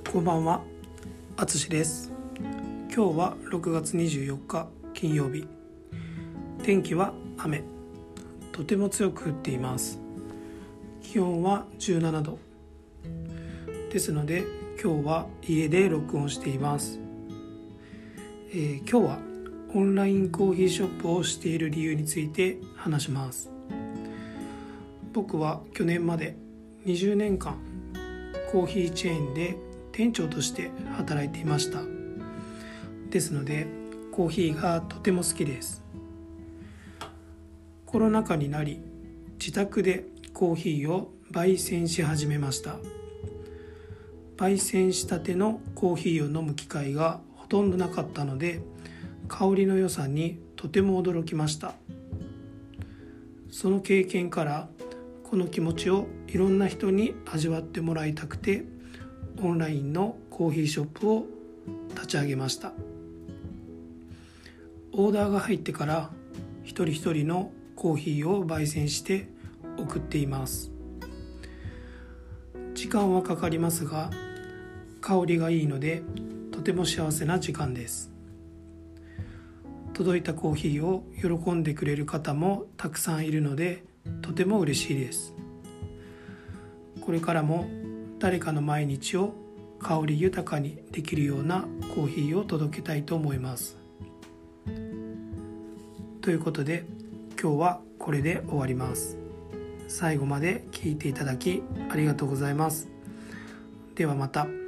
こんばんは、あつしです。今日は6月24日金曜日。天気は雨。とても強く降っています。気温は17度。ですので今日は家で録音しています。今日はオンラインコーヒーショップをしている理由について話します。僕は去年まで20年間コーヒーチェーンで店長として働いていました。ですのでコーヒーがとても好きです。コロナ禍になり自宅でコーヒーを焙煎し始めました。焙煎したてのコーヒーを飲む機会がほとんどなかったので、香りの良さにとても驚きました。その経験からこの気持ちをいろんな人に味わってもらいたくて、オンラインのコーヒーショップを立ち上げました。オーダーが入ってから一人一人のコーヒーを焙煎して送っています。時間はかかりますが、香りがいいのでとても幸せな時間です。届いたコーヒーを喜んでくれる方もたくさんいるのでとても嬉しいです。これからも誰かの毎日を香り豊かにできるようなコーヒーを届けたいと思います。ということで今日はこれで終わります。最後まで聞いていただきありがとうございます。ではまた。